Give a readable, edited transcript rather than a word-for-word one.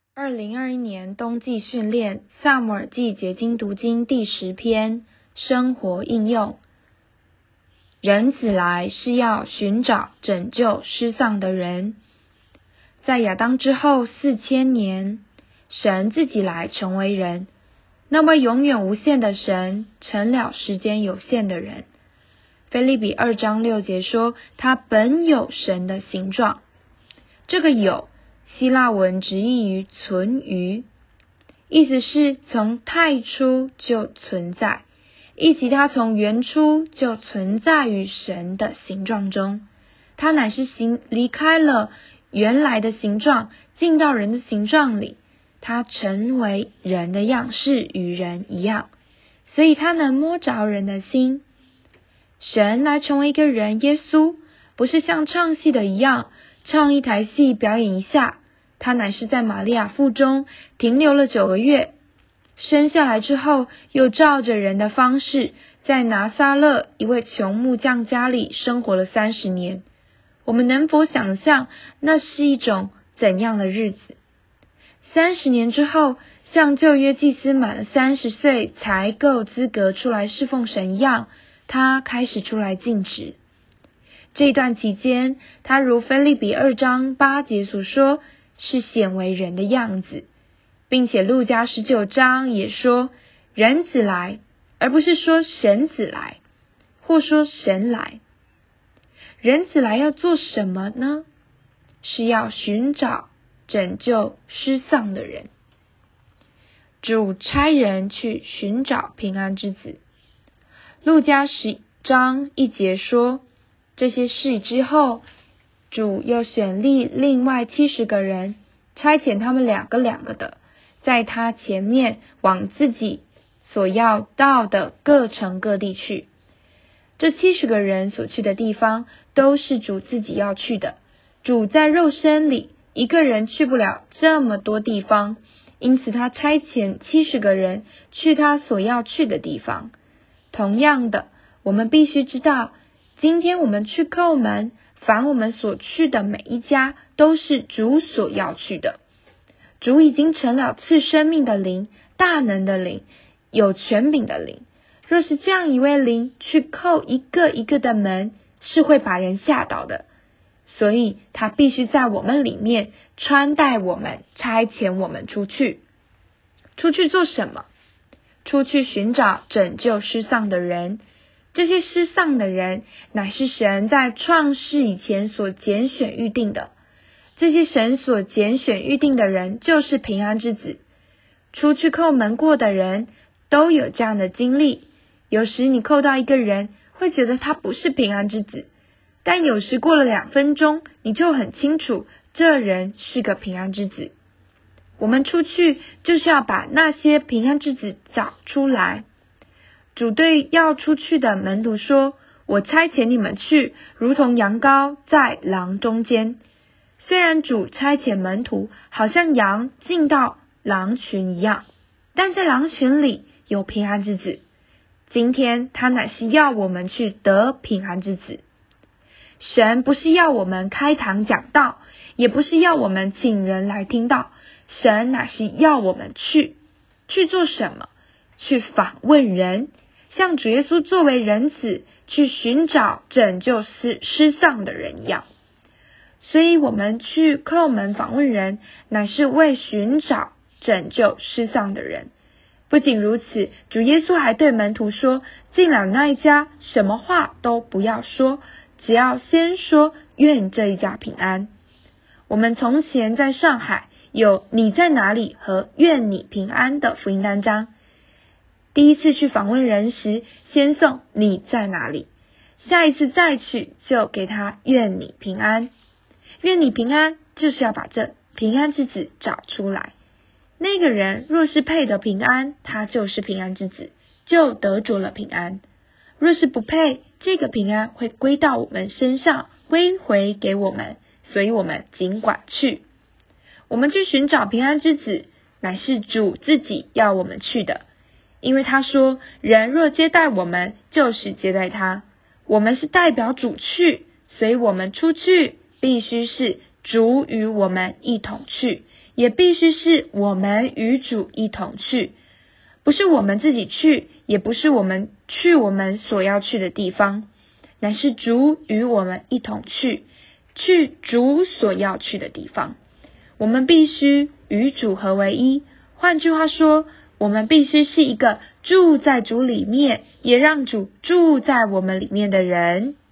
2021年冬季训练萨姆耳记结晶读经第10篇生活应用。人子来是要寻找拯救失丧的人。在亚当之后4000年，神自己来成为人，那位永远无限的神成了时间有限的人。腓立比2章6节说，他本有神的形状。这个有希腊文直译于存于，意思是从太初就存在，以及他从原初就存在于神的形状中。他乃是离开了原来的形状，进到人的形状里，他成为人的样式，与人一样，所以他能摸着人的心。神来成为一个人，耶稣不是像唱戏的一样，唱一台戏表演一下，他乃是在玛利亚腹中停留了9个月，生下来之后，又照着人的方式，在拿撒勒一位穷木匠家里生活了30年。我们能否想象那是一种怎样的日子？30年之后，像旧约祭司满了30岁才够资格出来侍奉神一样，他开始出来尽职。这一段期间，他如腓立比2章8节所说，是显为人的样子，并且路加19章也说人子来，而不是说神子来，或说神来。人子来要做什么呢？是要寻找拯救失丧的人。主差人去寻找平安之子。路加10章1节说，这些事之后，主又选立另外70个人，差遣他们2个2个的，在他前面往自己所要到的各城各地去。这70个人所去的地方，都是主自己要去的。主在肉身里，一个人去不了这么多地方，因此他差遣70个人去他所要去的地方。同样的，我们必须知道，今天我们去叩门，凡我们所去的每一家，都是主所要去的。主已经成了赐生命的灵，大能的灵，有权柄的灵。若是这样一位灵去叩一个一个的门，是会把人吓倒的。所以他必须在我们里面穿戴我们，差遣我们出去。出去做什么？出去寻找拯救失丧的人。这些失丧的人，乃是神在创世以前所拣选预定的。这些神所拣选预定的人，就是平安之子。出去叩门过的人，都有这样的经历。有时你叩到一个人，会觉得他不是平安之子，但有时过了2分钟，你就很清楚，这人是个平安之子。我们出去就是要把那些平安之子找出来。主对要出去的门徒说，我差遣你们去，如同羊羔在狼中间。虽然主差遣门徒，好像羊进到狼群一样，但在狼群里有平安之子。今天他乃是要我们去得平安之子。神不是要我们开堂讲道，也不是要我们请人来听道，神乃是要我们去做什么？去访问人，像主耶稣作为人子，去寻找拯救失丧的人一样。所以我们去叩门访问人，乃是为寻找拯救失丧的人。不仅如此，主耶稣还对门徒说，进了那一家，什么话都不要说，只要先说愿这一家平安。我们从前在上海有你在哪里和愿你平安的福音单张。第一次去访问人时，先送你在哪里，下一次再去就给他愿你平安。愿你平安，就是要把这平安之子找出来。那个人若是配得平安，他就是平安之子，就得着了平安。若是不配，这个平安会归到我们身上，归回给我们，所以我们尽管去。我们去寻找平安之子，乃是主自己要我们去的。因为他说，人若接待我们，就是接待他。我们是代表主去，所以我们出去必须是主与我们一同去， 也必须是我们与主一同去，不是我们自己去，也不是我们去我们所要去的地方，乃是主与我们一同去，去主所要去的地方。我们必须与主合为一，换句话说，我们必须是一个住在主里面，也让主住在我们里面的人。